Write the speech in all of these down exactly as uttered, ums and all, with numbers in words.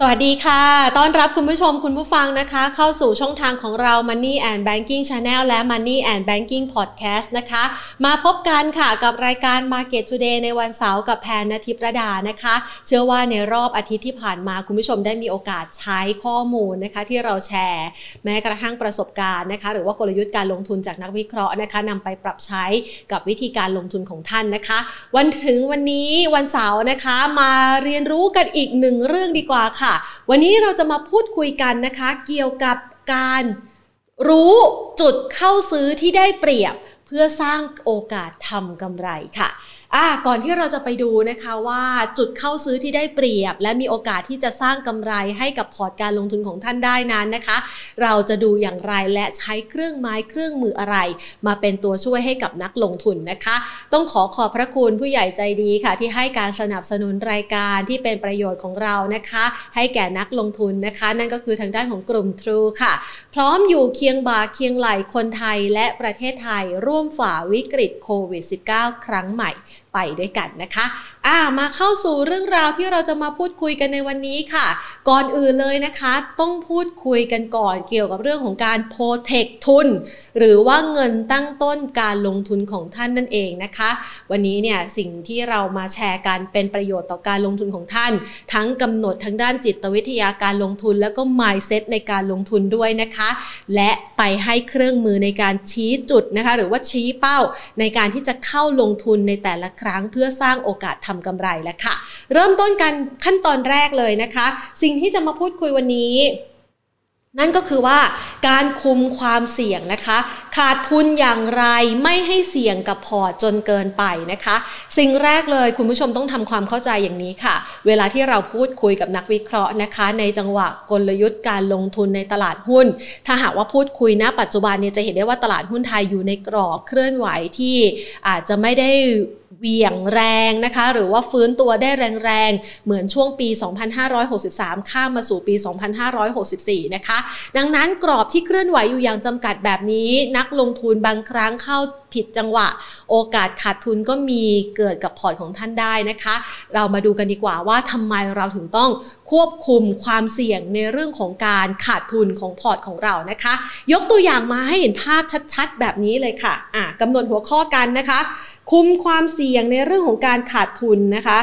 สวัสดีค่ะต้อนรับคุณผู้ชมคุณผู้ฟังนะคะเข้าสู่ช่องทางของเรา Money and Banking Channel และ Money and Banking Podcast นะคะมาพบกันค่ะกับรายการ Market Today ในวันเสาร์กับแพนณทิพย์ระดานะคะเชื่อว่าในรอบอาทิตย์ที่ผ่านมาคุณผู้ชมได้มีโอกาสใช้ข้อมูลนะคะที่เราแชร์แม้กระทั่งประสบการณ์นะคะหรือว่ากลยุทธ์การลงทุนจากนักวิเคราะห์นะคะนำไปปรับใช้กับวิธีการลงทุนของท่านนะคะวันถึงวันนี้วันเสาร์นะคะมาเรียนรู้กันอีกหนึ่งเรื่องดีกว่าค่ะวันนี้เราจะมาพูดคุยกันนะคะเกี่ยวกับการรู้จุดเข้าซื้อที่ได้เปรียบเพื่อสร้างโอกาสทำกำไรค่ะอ่ะก่อนที่เราจะไปดูนะคะว่าจุดเข้าซื้อที่ได้เปรียบและมีโอกาสที่จะสร้างกำไรให้กับพอร์ตการลงทุนของท่านได้นั้นนะคะเราจะดูอย่างไรและใช้เครื่องไม้เครื่องมืออะไรมาเป็นตัวช่วยให้กับนักลงทุนนะคะต้องขอขอบพระคุณผู้ใหญ่ใจดีค่ะที่ให้การสนับสนุนรายการที่เป็นประโยชน์ของเรานะคะให้แก่นักลงทุนนะคะนั่นก็คือทางด้านของกลุ่ม True ค่ะพร้อมอยู่เคียงบ่าเคียงไหล่คนไทยและประเทศไทยร่วมฝ่าวิกฤตโควิด สิบเก้า ครั้งใหม่ไปด้วยกันนะคะอ่ามาเข้าสู่เรื่องราวที่เราจะมาพูดคุยกันในวันนี้ค่ะก่อนอื่นเลยนะคะต้องพูดคุยกันก่อนเกี่ยวกับเรื่องของการโปรเทคทุนหรือว่าเงินตั้งต้นการลงทุนของท่านนั่นเองนะคะวันนี้เนี่ยสิ่งที่เรามาแชร์กันเป็นประโยชน์ต่อการลงทุนของท่านทั้งกำหนดทางด้านจิตวิทยาการลงทุนแล้วก็ mindset ในการลงทุนด้วยนะคะและไปให้เครื่องมือในการชี้จุดนะคะหรือว่าชี้เป้าในการที่จะเข้าลงทุนในแต่ละครั้งเพื่อสร้างโอกาสทำกำไรแล้วค่ะเริ่มต้นกันขั้นตอนแรกเลยนะคะสิ่งที่จะมาพูดคุยวันนี้นั่นก็คือว่าการคุมความเสี่ยงนะคะขาดทุนอย่างไรไม่ให้เสี่ยงกับพอร์ตจนเกินไปนะคะสิ่งแรกเลยคุณผู้ชมต้องทำความเข้าใจอย่างนี้ค่ะเวลาที่เราพูดคุยกับนักวิเคราะห์นะคะในจังหวะกลยุทธ์การลงทุนในตลาดหุ้นถ้าหากว่าพูดคุยณปัจจุบันเนี่ยจะเห็นได้ว่าตลาดหุ้นไทยอยู่ในกรอบเคลื่อนไหวที่อาจจะไม่ได้เหวี่ยงแรงนะคะหรือว่าฟื้นตัวได้แรงๆเหมือนช่วงปีสองพันห้าร้อยหกสิบสามข้ามมาสู่ปีสองพันห้าร้อยหกสิบสี่นะคะดังนั้นกรอบที่เคลื่อนไหวอยู่อย่างจำกัดแบบนี้นักลงทุนบางครั้งเข้าผิดจังหวะโอกาสขาดทุนก็มีเกิดกับพอร์ตของท่านได้นะคะเรามาดูกันดีกว่าว่าทำไมเราถึงต้องควบคุมความเสี่ยงในเรื่องของการขาดทุนของพอร์ตของเรานะคะยกตัวอย่างมาให้เห็นภาพชัดๆแบบนี้เลยค่ะอ่ะกำหนดหัวข้อกันนะคะคุมความเสี่ยงในเรื่องของการขาดทุนนะคะ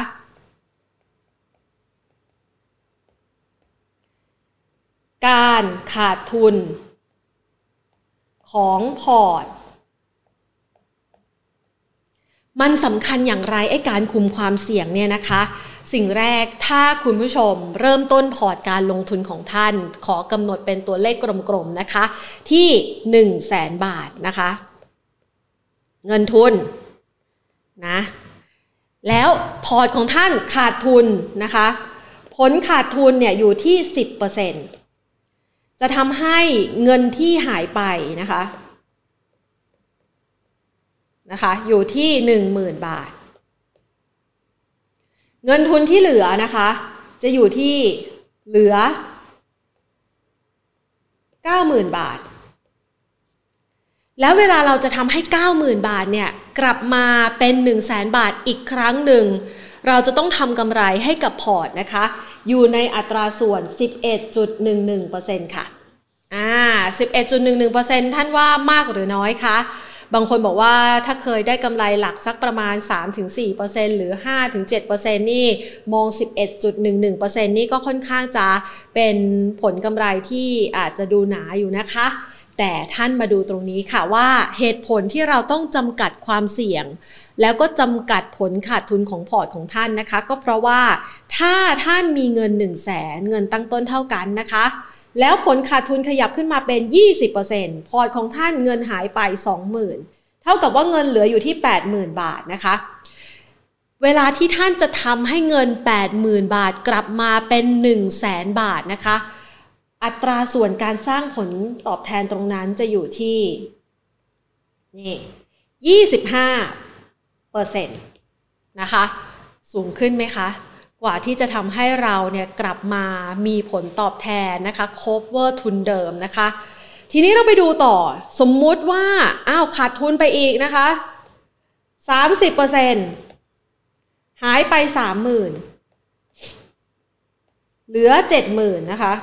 การขาดทุนของพอร์ตมันสำคัญอย่างไรไอ้การคุมความเสี่ยงเนี่ยนะคะสิ่งแรกถ้าคุณผู้ชมเริ่มต้นพอร์ตการลงทุนของท่านขอกำหนดเป็นตัวเลขกลมๆนะคะที่ หนึ่งแสน บาทนะคะเงินทุนนะแล้วพอร์ตของท่านขาดทุนนะคะผลขาดทุนเนี่ยอยู่ที่ สิบเปอร์เซ็นต์ จะทำให้เงินที่หายไปนะคะนะคะอยู่ที่ หนึ่งหมื่น บาทเงินทุนที่เหลือนะคะจะอยู่ที่เหลือ เก้าหมื่น บาทแล้วเวลาเราจะทำให้ เก้าหมื่น บาทเนี่ยกลับมาเป็น หนึ่งแสน บาทอีกครั้งหนึ่งเราจะต้องทำกำไรให้กับพอร์ตนะคะอยู่ในอัตราส่วน สิบเอ็ดจุดหนึ่งหนึ่งเปอร์เซ็นต์ ค่ะอ่า สิบเอ็ดจุดหนึ่งหนึ่งเปอร์เซ็นต์ ท่านว่ามากหรือน้อยคะบางคนบอกว่าถ้าเคยได้กำไรหลักสักประมาณ สามถึงสี่เปอร์เซ็นต์ หรือ ห้าถึงเจ็ดเปอร์เซ็นต์ นี่มอง สิบเอ็ดจุดหนึ่งหนึ่งเปอร์เซ็นต์ นี่ก็ค่อนข้างจะเป็นผลกำไรที่อาจจะดูหนาอยู่นะคะแต่ท่านมาดูตรงนี้ค่ะว่าเหตุผลที่เราต้องจำกัดความเสี่ยงแล้วก็จำกัดผลขาดทุนของพอร์ตของท่านนะคะก็เพราะว่าถ้าท่านมีเงิน หนึ่งแสน เงินตั้งต้นเท่ากันนะคะแล้วผลขาดทุนขยับขึ้นมาเป็น ยี่สิบเปอร์เซ็นต์ พอร์ตของท่านเงินหายไป สองหมื่น เท่ากับว่าเงินเหลืออยู่ที่ แปดหมื่น บาทนะคะเวลาที่ท่านจะทำให้เงิน แปดหมื่น บาทกลับมาเป็น หนึ่งแสน บาทนะคะอัตราส่วนการสร้างผลตอบแทนตรงนั้นจะอยู่ที่นี่ ยี่สิบห้าเปอร์เซ็นต์ นะคะสูงขึ้นไหมคะกว่าที่จะทำให้เราเนี่ยกลับมามีผลตอบแทนนะคะ cover ทุนเดิมนะคะทีนี้เราไปดูต่อสมมุติว่าอ้าวขาดทุนไปอีกนะคะ สามสิบเปอร์เซ็นต์ หายไป สามหมื่นเหลือ เจ็ดหมื่น นะคะ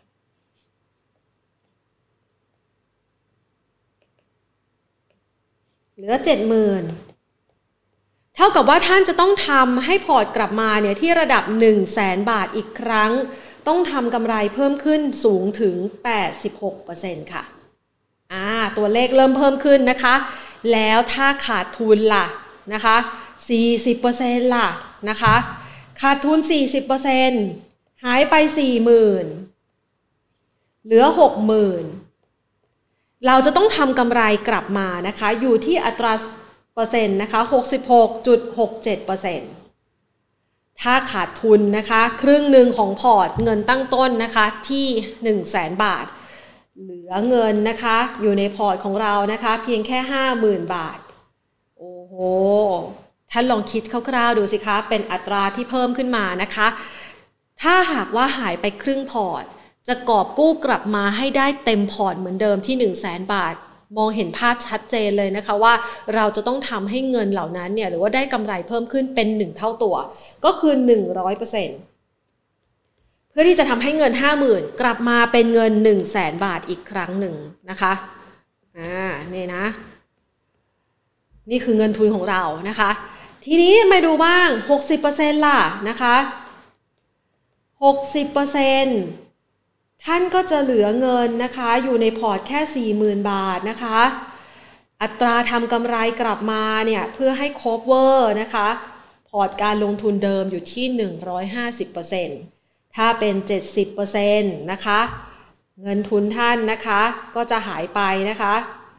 เหลือ เจ็ดหมื่น เท่ากับว่าท่านจะต้องทำให้พอร์ตกลับมาเนี่ยที่ระดับ หนึ่งแสน บาทอีกครั้งต้องทำกำไรเพิ่มขึ้นสูงถึง แปดสิบหกเปอร์เซ็นต์ ค่ะอ่าตัวเลขเริ่มเพิ่มขึ้นนะคะแล้วถ้าขาดทุนล่ะนะคะ สี่สิบเปอร์เซ็นต์ ล่ะนะคะขาดทุน สี่สิบเปอร์เซ็นต์ หายไป สี่หมื่น เหลือ หกหมื่น เราจะต้องทำกำไรกลับมานะคะอยู่ที่อัตราเปอร์เซ็นต์นะคะ หกสิบหกจุดหกเจ็ดเปอร์เซ็นต์ ถ้าขาดทุนนะคะครึ่งหนึ่งของพอร์ตเงินตั้งต้นนะคะที่ หนึ่งแสน บาทเหลือเงินนะคะอยู่ในพอร์ตของเรานะคะเพียงแค่ ห้าหมื่น บาทโอ้โหท่านลองคิดคร่าวๆดูสิคะเป็นอัตราที่เพิ่มขึ้นมานะคะถ้าหากว่าหายไปครึ่งพอร์ตจะกอบกู้กลับมาให้ได้เต็มพอร์ตเหมือนเดิมที่ หนึ่งแสน บาทมองเห็นภาพชัดเจนเลยนะคะว่าเราจะต้องทำให้เงินเหล่านั้นเนี่ยหรือว่าได้กำไรเพิ่มขึ้นเป็นหนึ่งเท่าตัวก็คือ หนึ่งร้อยเปอร์เซ็นต์ เพื่อที่จะทำให้เงิน ห้าหมื่น กลับมาเป็นเงิน หนึ่งแสน บาทอีกครั้งหนึ่งนะคะอ่านี่นะนี่คือเงินทุนของเรานะคะทีนี้มาดูบ้าง หกสิบเปอร์เซ็นต์ ล่ะนะคะ หกสิบเปอร์เซ็นต์ ท่านก็จะเหลือเงินนะคะอยู่ในพอร์ตแค่ สี่หมื่น บาทนะคะอัตราทำกำไรกลับมาเนี่ยเพื่อให้ cover นะคะพอร์ตการลงทุนเดิมอยู่ที่ หนึ่งร้อยห้าสิบเปอร์เซ็นต์ ถ้าเป็น เจ็ดสิบเปอร์เซ็นต์ นะคะเงินทุนท่านนะคะก็จะหายไปนะคะ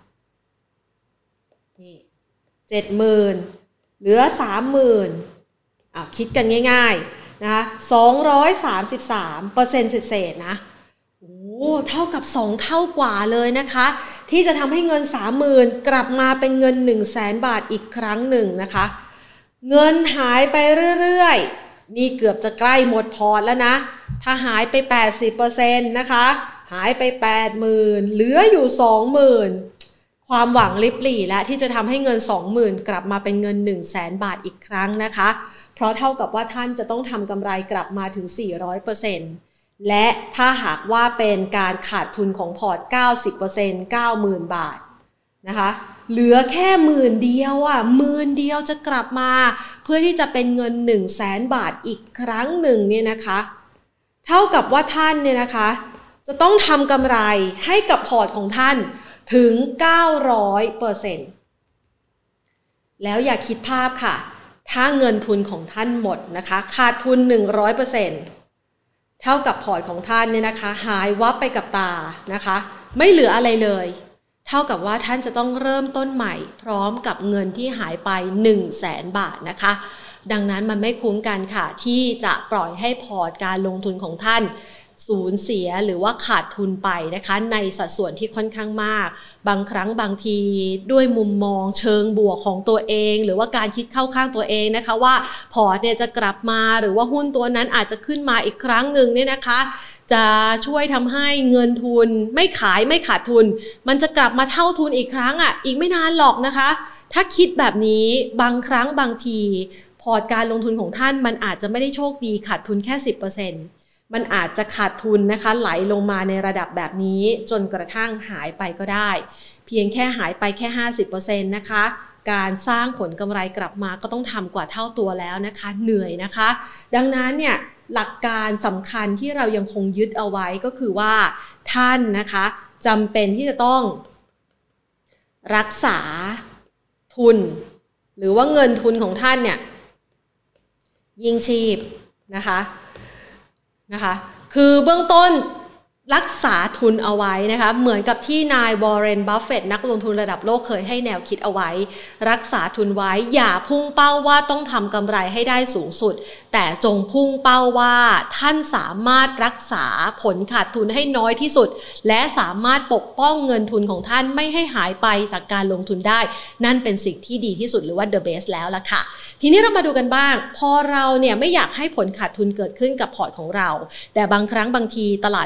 นี่ เจ็ดหมื่น เหลือ สามหมื่น อ่ะคิดกันง่ายๆนะคะสองร้อยสามสิบสามเปอร์เซ็นต์ เศษๆนะโอ้เท่ากับสองเท่ากว่าเลยนะคะที่จะทำให้เงิน สามหมื่น กลับมาเป็นเงิน หนึ่งแสน บาทอีกครั้งหนึ่งนะคะเงินหายไปเรื่อยๆนี่เกือบจะใกล้หมดพอร์ตแล้วนะถ้าหายไป แปดสิบเปอร์เซ็นต์ นะคะหายไป แปดหมื่น เหลืออยู่ สองหมื่น ความหวังลิบหลี่และที่จะทำให้เงิน สองหมื่น กลับมาเป็นเงิน หนึ่งแสน บาทอีกครั้งนะคะเพราะเท่ากับว่าท่านจะต้องทำกำไรกลับมาถึง สี่ร้อยเปอร์เซ็นต์ และถ้าหากว่าเป็นการขาดทุนของพอร์ต เก้าสิบเปอร์เซ็นต์ เก้าหมื่น บาทนะคะเหลือแค่หมื่นเดียวอ่ะหมื่นเดียวจะกลับมาเพื่อที่จะเป็นเงิน หนึ่งแสน บาทอีกครั้งหนึ่งเนี่ยนะคะเท่ากับว่าท่านเนี่ยนะคะจะต้องทำกำไรให้กับพอร์ตของท่านถึง เก้าร้อยเปอร์เซ็นต์ แล้วอย่าคิดภาพค่ะถ้าเงินทุนของท่านหมดนะคะขาดทุน หนึ่งร้อยเปอร์เซ็นต์ เท่ากับพอร์ตของท่านเนี่ยนะคะหายวับไปกับตานะคะไม่เหลืออะไรเลยเท่ากับว่าท่านจะต้องเริ่มต้นใหม่พร้อมกับเงินที่หายไป หนึ่งแสน บาทนะคะดังนั้นมันไม่คุ้มกันค่ะที่จะปล่อยให้พอร์ตการลงทุนของท่านสูญเสียหรือว่าขาดทุนไปนะคะในสัดส่วนที่ค่อนข้างมากบางครั้งบางทีด้วยมุมมองเชิงบวกของตัวเองหรือว่าการคิดเข้าข้างตัวเองนะคะว่าพอร์ตเนี่ยจะกลับมาหรือว่าหุ้นตัวนั้นอาจจะขึ้นมาอีกครั้งหนึ่งเนี่ยนะคะจะช่วยทำให้เงินทุนไม่ขายไม่ขาดทุนมันจะกลับมาเท่าทุนอีกครั้งอ่ะอีกไม่นานหรอกนะคะถ้าคิดแบบนี้บางครั้งบางทีพอร์ตการลงทุนของท่านมันอาจจะไม่ได้โชคดีขาดทุนแค่ สิบเปอร์เซ็นต์มันอาจจะขาดทุนนะคะไหลลงมาในระดับแบบนี้จนกระทั่งหายไปก็ได้เพียงแค่หายไปแค่ ห้าสิบเปอร์เซ็นต์ นะคะการสร้างผลกำไรกลับมาก็ต้องทำกว่าเท่าตัวแล้วนะคะเหนื่อยนะคะดังนั้นเนี่ยหลักการสำคัญที่เรายังคงยึดเอาไว้ก็คือว่าท่านนะคะจำเป็นที่จะต้องรักษาทุนหรือว่าเงินทุนของท่านเนี่ยยิงชีพนะคะนะคะคือเบื้องต้นรักษาทุนเอาไว้นะคะเหมือนกับที่นายวอร์เรน บัฟเฟตต์นักลงทุนระดับโลกเคยให้แนวคิดเอาไว้รักษาทุนไว้อย่าพุ่งเป้าว่าต้องทำกำไรให้ได้สูงสุดแต่จงพุ่งเป้าว่าท่านสามารถรักษาผลขาดทุนให้น้อยที่สุดและสามารถปกป้องเงินทุนของท่านไม่ให้หายไปจากการลงทุนได้นั่นเป็นสิ่งที่ดีที่สุดหรือว่า the best แล้วล่ะค่ะทีนี้เรามาดูกันบ้างพอเราเนี่ยไม่อยากให้ผลขาดทุนเกิดขึ้นกับพอร์ตของเราแต่บางครั้งบางทีตลาดหุ้นมันก็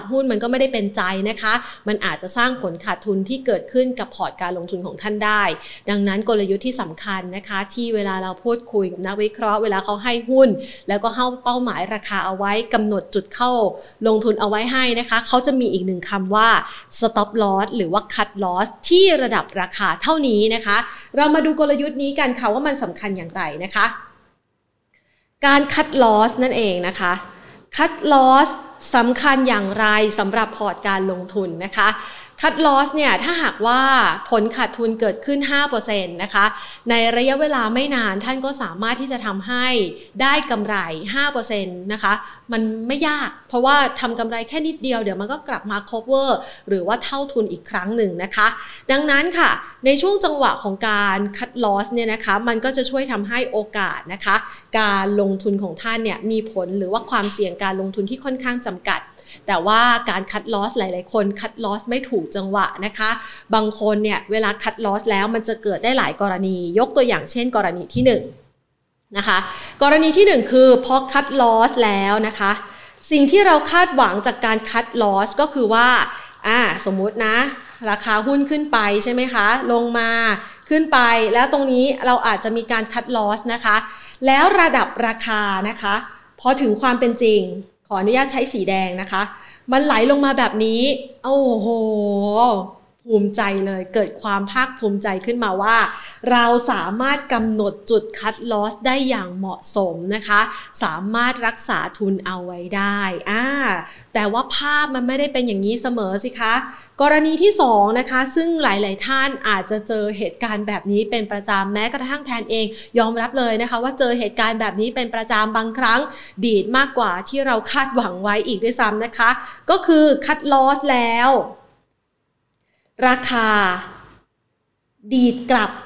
ก็ไม่ได้เป็นใจนะคะมันอาจจะสร้างผลขาดทุนที่เกิดขึ้นกับพอร์ตการลงทุนของท่านได้ดังนั้นกลยุทธ์ที่สำคัญนะคะที่เวลาเราพูดคุยกับนักวิเคราะห์เวลาเขาให้หุ้นแล้วก็ให้เป้าหมายราคาเอาไว้กำหนดจุดเข้าลงทุนเอาไว้ให้นะคะเขาจะมีอีกหนึ่งคำว่า stop loss หรือว่า cut loss ที่ระดับราคาเท่านี้นะคะเรามาดูกลยุทธ์นี้กันค่ะว่ามันสำคัญอย่างไรนะคะการ cut loss นั่นเองนะคะ cut loss สำคัญอย่างไรสำหรับพอร์ตการลงทุนนะคะ cut loss เนี่ยถ้าหากว่าผลขาดทุนเกิดขึ้น ห้าเปอร์เซ็นต์ นะคะในระยะเวลาไม่นานท่านก็สามารถที่จะทำให้ได้กำไร ห้าเปอร์เซ็นต์ นะคะมันไม่ยากเพราะว่าทำกำไรแค่นิดเดียวเดี๋ยวมันก็กลับมา cover หรือว่าเท่าทุนอีกครั้งหนึ่งนะคะดังนั้นค่ะในช่วงจังหวะของการ cut loss เนี่ยนะคะมันก็จะช่วยทำให้โอกาสนะคะการลงทุนของท่านเนี่ยมีผลหรือว่าความเสี่ยงการลงทุนที่ค่อนข้างจำกัดแต่ว่าการคัดลอสหลายๆคนคัดลอสไม่ถูกจังหวะนะคะบางคนเนี่ยเวลาคัดลอสแล้วมันจะเกิดได้หลายกรณียกตัวอย่างเช่นกรณีที่หนึ่งนะคะกรณีที่หนึ่งคือพอคัดลอสแล้วนะคะสิ่งที่เราคาดหวังจากการคัดลอสก็คือว่าอ่าสมมุตินะราคาหุ้นขึ้นไปใช่ไหมคะลงมาขึ้นไปแล้วตรงนี้เราอาจจะมีการคัดลอสนะคะแล้วระดับราคานะคะพอถึงความเป็นจริงขออนุญาตใช้สีแดงนะคะมันไหลลงมาแบบนี้โอ้โหภูมิใจเลยเกิดความภาคภูมิใจขึ้นมาว่าเราสามารถกำหนดจุดคัดลอสได้อย่างเหมาะสมนะคะสามารถรักษาทุนเอาไว้ได้อ่าแต่ว่าภาพมันไม่ได้เป็นอย่างนี้เสมอสิคะกรณีที่สองนะคะซึ่งหลายๆท่านอาจจะเจอเหตุการณ์แบบนี้เป็นประจำแม้กระทั่งแทนเองยอมรับเลยนะคะว่าเจอเหตุการณ์แบบนี้เป็นประจำบางครั้งดีดมากกว่าที่เราคาดหวังไว้อีกด้วยซ้ำนะคะก็คือคัดลอสแล้วราคาดีดกลับ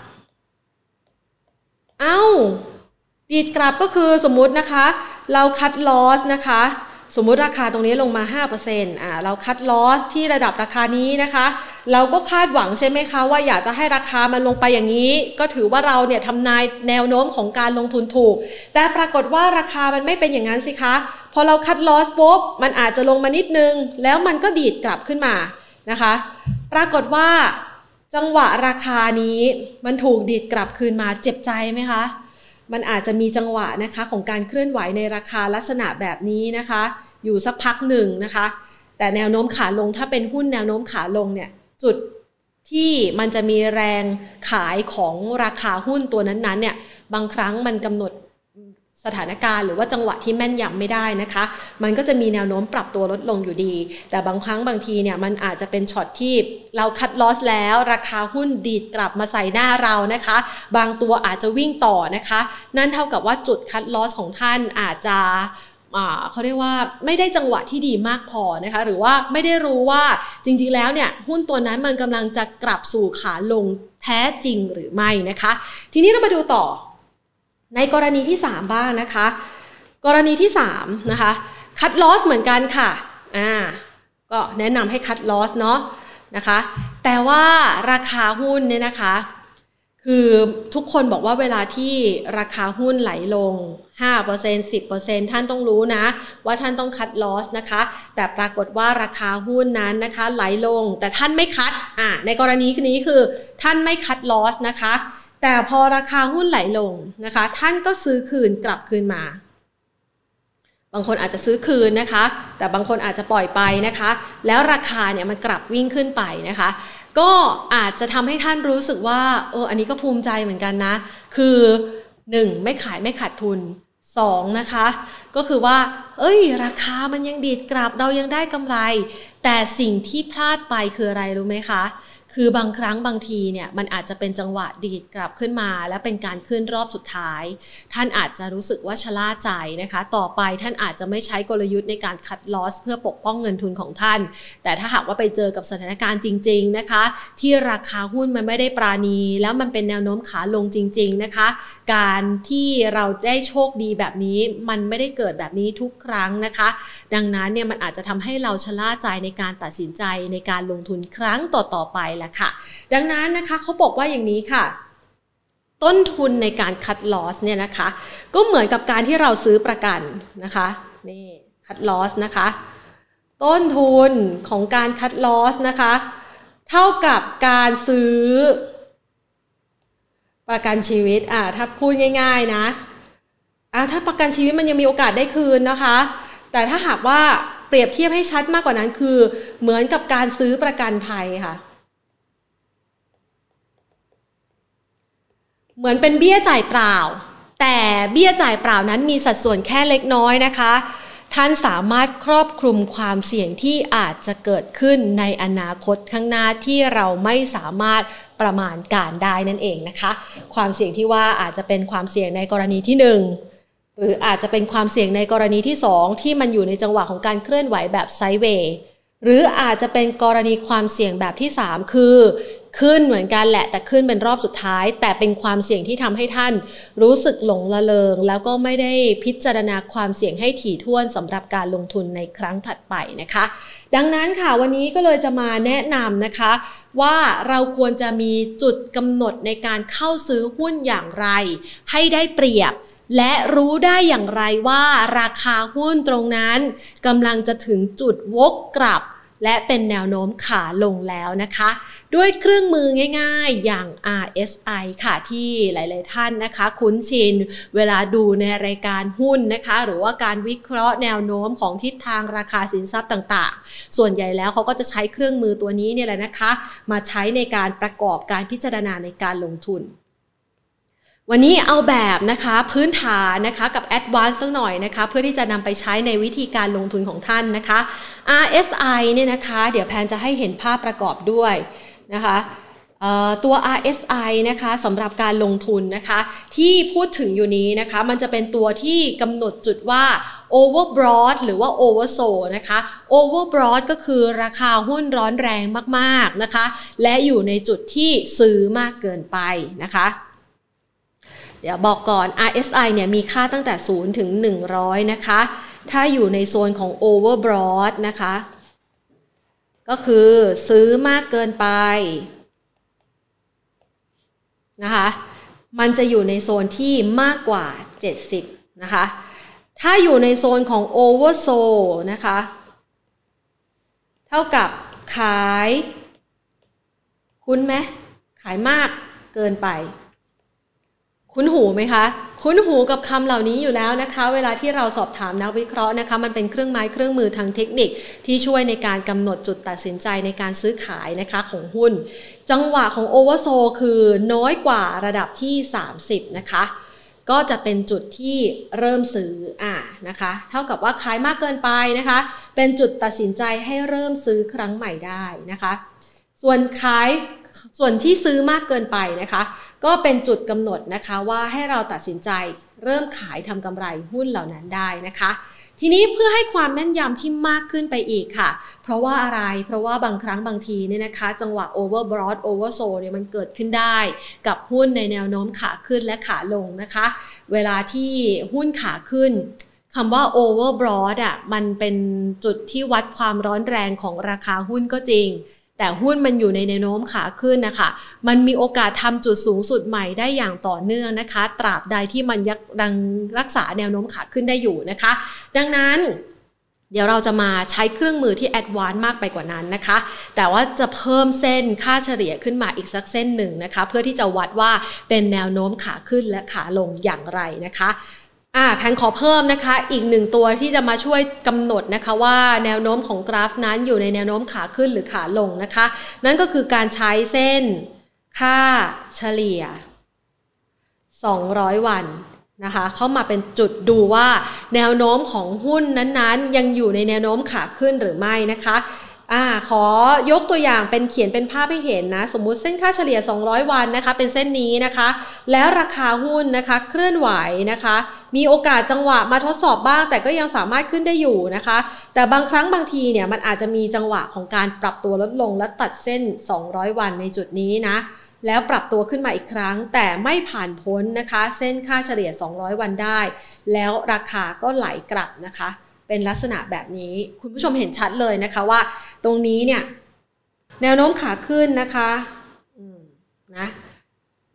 เอ้าดีดกลับก็คือสมมุตินะคะเราคัดลอสนะคะสมมุติราคาตรงนี้ลงมา ห้าเปอร์เซ็นต์ อ่าเราคัดลอสที่ระดับราคานี้นะคะเราก็คาดหวังใช่ไหมคะว่าอยากจะให้ราคามันลงไปอย่างนี้ก็ถือว่าเราเนี่ยทำนายแนวโน้มของการลงทุนถูกแต่ปรากฏว่าราคามันไม่เป็นอย่างนั้นสิคะพอเราคัดลอสปุ๊บมันอาจจะลงมานิดนึงแล้วมันก็ดีดกลับขึ้นมานะคะปรากฏว่าจังหวะราคานี้มันถูกดีดกลับคืนมาเจ็บใจไหมคะมันอาจจะมีจังหวะนะคะของการเคลื่อนไหวในราคาลักษณะแบบนี้นะคะอยู่สักพักหนึ่งนะคะแต่แนวโน้มขาลงถ้าเป็นหุ้นแนวโน้มขาลงเนี่ยจุดที่มันจะมีแรงขายของราคาหุ้นตัวนั้นๆเนี่ยบางครั้งมันกำหนดสถานการณ์หรือว่าจังหวะที่แม่นยำไม่ได้นะคะมันก็จะมีแนวโน้มปรับตัวลดลงอยู่ดีแต่บางครั้งบางทีเนี่ยมันอาจจะเป็นช็อตที่เราคัดลอสแล้วราคาหุ้นดีดกลับมาใส่หน้าเรานะคะบางตัวอาจจะวิ่งต่อนะคะนั่นเท่ากับว่าจุดคัดลอสของท่านอาจจะเขาเรียกว่าไม่ได้จังหวะที่ดีมากพอนะคะหรือว่าไม่ได้รู้ว่าจริงๆแล้วเนี่ยหุ้นตัวนั้นมันกำลังจะกลับสู่ขาลงแท้จริงหรือไม่นะคะทีนี้เรามาดูต่อในกรณีที่สามบ้างนะคะกรณีที่สามนะคะคัดลอสเหมือนกันค่ะอ่าก็แนะนำให้คัดลอสเนาะนะคะแต่ว่าราคาหุ้นเนี่ยนะคะคือทุกคนบอกว่าเวลาที่ราคาหุ้นไหลลง ห้าเปอร์เซ็นต์ สิบเปอร์เซ็นต์ ท่านต้องรู้นะว่าท่านต้องคัดลอสนะคะแต่ปรากฏว่าราคาหุ้นนั้นนะคะไหลลงแต่ท่านไม่คัดอ่าในกรณีนี้คือท่านไม่คัดลอสนะคะแต่พอราคาหุ้นไหลลงนะคะท่านก็ซื้อคืนกลับคืนมาบางคนอาจจะซื้อคืนนะคะแต่บางคนอาจจะปล่อยไปนะคะแล้วราคาเนี่ยมันกลับวิ่งขึ้นไปนะคะก็อาจจะทำให้ท่านรู้สึกว่าเอออันนี้ก็ภูมิใจเหมือนกันนะคือหนึ่งไม่ขายไม่ขาดทุนสองนะคะก็คือว่าเอ้ยราคามันยังดีดกลับเรายังได้กำไรแต่สิ่งที่พลาดไปคืออะไรรู้ไหมคะคือบางครั้งบางทีเนี่ยมันอาจจะเป็นจังหวะดีดกลับขึ้นมาและเป็นการขึ้นรอบสุดท้ายท่านอาจจะรู้สึกว่าชะล่าใจนะคะต่อไปท่านอาจจะไม่ใช้กลยุทธ์ในการคัดลอสเพื่อปกป้องเงินทุนของท่านแต่ถ้าหากว่าไปเจอกับสถานการณ์จริงๆนะคะที่ราคาหุ้นมันไม่ได้ปราณีแล้วมันเป็นแนวโน้มขาลงจริงๆนะคะการที่เราได้โชคดีแบบนี้มันไม่ได้เกิดแบบนี้ทุกครั้งนะคะดังนั้นเนี่ยมันอาจจะทำให้เราชะล่าใจในการตัดสินใจในการลงทุนครั้งต่อๆไปดังนั้นนะคะเขาบอกว่าอย่างนี้ค่ะต้นทุนในการคัดลอสเนี่ยนะคะก็เหมือนกับการที่เราซื้อประกันนะคะนี่คัดลอสนะคะต้นทุนของการคัดลอสนะคะเท่ากับการซื้อประกันชีวิตอ่ะถ้าพูดง่ายๆนะอ่ะถ้าประกันชีวิตมันยังมีโอกาสได้คืนนะคะแต่ถ้าหากว่าเปรียบเทียบให้ชัดมากกว่านั้นคือเหมือนกับการซื้อประกันภัยค่ะเหมือนเป็นเบี้ยจ่ายเปล่าแต่เบี้ยจ่ายเปล่านั้นมีสัดส่วนแค่เล็กน้อยนะคะท่านสามารถครอบคลุมความเสี่ยงที่อาจจะเกิดขึ้นในอนาคตข้างหน้าที่เราไม่สามารถประมาณการได้นั่นเองนะคะความเสี่ยงที่ว่าอาจจะเป็นความเสี่ยงในกรณีที่หนึ่งหรืออาจจะเป็นความเสี่ยงในกรณีที่สองที่มันอยู่ในจังหวะของการเคลื่อนไหวแบบไซด์เวย์หรืออาจจะเป็นกรณีความเสี่ยงแบบที่สามคือขึ้นเหมือนกันแหละแต่ขึ้นเป็นรอบสุดท้ายแต่เป็นความเสี่ยงที่ทำให้ท่านรู้สึกหลงละเลงแล้วก็ไม่ได้พิจารณาความเสี่ยงให้ถี่ถ้วนสำหรับการลงทุนในครั้งถัดไปนะคะดังนั้นค่ะวันนี้ก็เลยจะมาแนะนำนะคะว่าเราควรจะมีจุดกำหนดในการเข้าซื้อหุ้นอย่างไรให้ได้เปรียบและรู้ได้อย่างไรว่าราคาหุ้นตรงนั้นกำลังจะถึงจุดวกกลับและเป็นแนวโน้มขาลงแล้วนะคะด้วยเครื่องมือง่ายๆอย่าง อาร์ เอส ไอ ค่ะที่หลายๆท่านนะคะคุ้นชินเวลาดูในรายการหุ้นนะคะหรือว่าการวิเคราะห์แนวโน้มของทิศทางราคาสินทรัพย์ต่างๆส่วนใหญ่แล้วเขาก็จะใช้เครื่องมือตัวนี้เนี่ยแหละนะคะมาใช้ในการประกอบการพิจารณาในการลงทุนวันนี้เอาแบบนะคะพื้นฐานนะคะกับ Advanced สักหน่อยนะคะเพื่อที่จะนำไปใช้ในวิธีการลงทุนของท่านนะคะ อาร์ เอส ไอ เนี่ยนะคะเดี๋ยวแพนจะให้เห็นภาพประกอบด้วยนะคะตัว อาร์ เอส ไอ นะคะสำหรับการลงทุนนะคะที่พูดถึงอยู่นี้นะคะมันจะเป็นตัวที่กำหนดจุดว่า overbought หรือว่า oversold นะคะ overbought ก็คือราคาหุ้นร้อนแรงมากๆนะคะและอยู่ในจุดที่ซื้อมากเกินไปนะคะเดี๋ยวบอกก่อน อาร์ เอส ไอ เนี่ยมีค่าตั้งแต่ศูนย์ถึงหนึ่งร้อยนะคะถ้าอยู่ในโซนของ overbought นะคะก็คือซื้อมากเกินไปนะคะมันจะอยู่ในโซนที่มากกว่าเจ็ดสิบนะคะถ้าอยู่ในโซนของ oversold นะคะเท่ากับขายคุ้นไหมขายมากเกินไปคุ้นหูไหมคะคุ้นหูกับคำเหล่านี้อยู่แล้วนะคะเวลาที่เราสอบถามนักวิเคราะห์นะคะมันเป็นเครื่องไม้เครื่องมือทางเทคนิคที่ช่วยในการกำหนดจุดตัดสินใจในการซื้อขายนะคะของหุ้นจังหวะของโอเวอร์โซลคือน้อยกว่าระดับที่สามสิบนะคะก็จะเป็นจุดที่เริ่มซื้ออ่ะนะคะเท่ากับว่าขายมากเกินไปนะคะเป็นจุดตัดสินใจให้เริ่มซื้อครั้งใหม่ได้นะคะส่วนขายส่วนที่ซื้อมากเกินไปนะคะก็เป็นจุดกำหนดนะคะว่าให้เราตัดสินใจเริ่มขายทำกำไรหุ้นเหล่านั้นได้นะคะทีนี้เพื่อให้ความแม่นยำที่มากขึ้นไปอีกค่ะเพราะว่าอะไรเพราะว่าบางครั้งบางทีเนี่ยนะคะจังหวะ overbought oversold เนี่ยมันเกิดขึ้นได้กับหุ้นในแนวโน้มขาขึ้นและขาลงนะคะเวลาที่หุ้นขาขึ้นคำว่า overbought อ่ะมันเป็นจุดที่วัดความร้อนแรงของราคาหุ้นก็จริงแต่หุ้นมันอยู่ในแนวโน้มขาขึ้นนะคะมันมีโอกาสทำจุดสูงสุดใหม่ได้อย่างต่อเนื่องนะคะตราบใดที่มันยังรักษาแนวโน้มขาขึ้นได้อยู่นะคะดังนั้นเดี๋ยวเราจะมาใช้เครื่องมือที่แอดวานซ์มากไปกว่านั้นนะคะแต่ว่าจะเพิ่มเส้นค่าเฉลี่ยขึ้นมาอีกสักเส้นหนึ่งนะคะเพื่อที่จะวัดว่าเป็นแนวโน้มขาขึ้นและขาลงอย่างไรนะคะอ่าแพนขอเพิ่มนะคะอีกหนึ่งตัวที่จะมาช่วยกำหนดนะคะว่าแนวโน้มของกราฟนั้นอยู่ในแนวโน้มขาขึ้นหรือขาลงนะคะนั่นก็คือการใช้เส้นค่าเฉลี่ยสองร้อยวันนะคะเข้ามาเป็นจุดดูว่าแนวโน้มของหุ้นนั้นๆยังอยู่ในแนวโน้มขาขึ้นหรือไม่นะคะอ่าขอยกตัวอย่างเป็นเขียนเป็นภาพให้เห็นนะสมมุติเส้นค่าเฉลี่ยสองร้อยวันนะคะเป็นเส้นนี้นะคะแล้วราคาหุ้นนะคะเคลื่อนไหวนะคะมีโอกาสจังหวะมาทดสอบบ้างแต่ก็ยังสามารถขึ้นได้อยู่นะคะแต่บางครั้งบางทีเนี่ยมันอาจจะมีจังหวะของการปรับตัวลดลงและตัดเส้นสองร้อยวันในจุดนี้นะแล้วปรับตัวขึ้นมาอีกครั้งแต่ไม่ผ่านพ้นนะคะเส้นค่าเฉลี่ยสองร้อยวันได้แล้วราคาก็ไหลกลับนะคะเป็นลักษณะแบบนี้คุณผู้ชมเห็นชัดเลยนะคะว่าตรงนี้เนี่ยแนวโน้มขาขึ้นนะคะนะ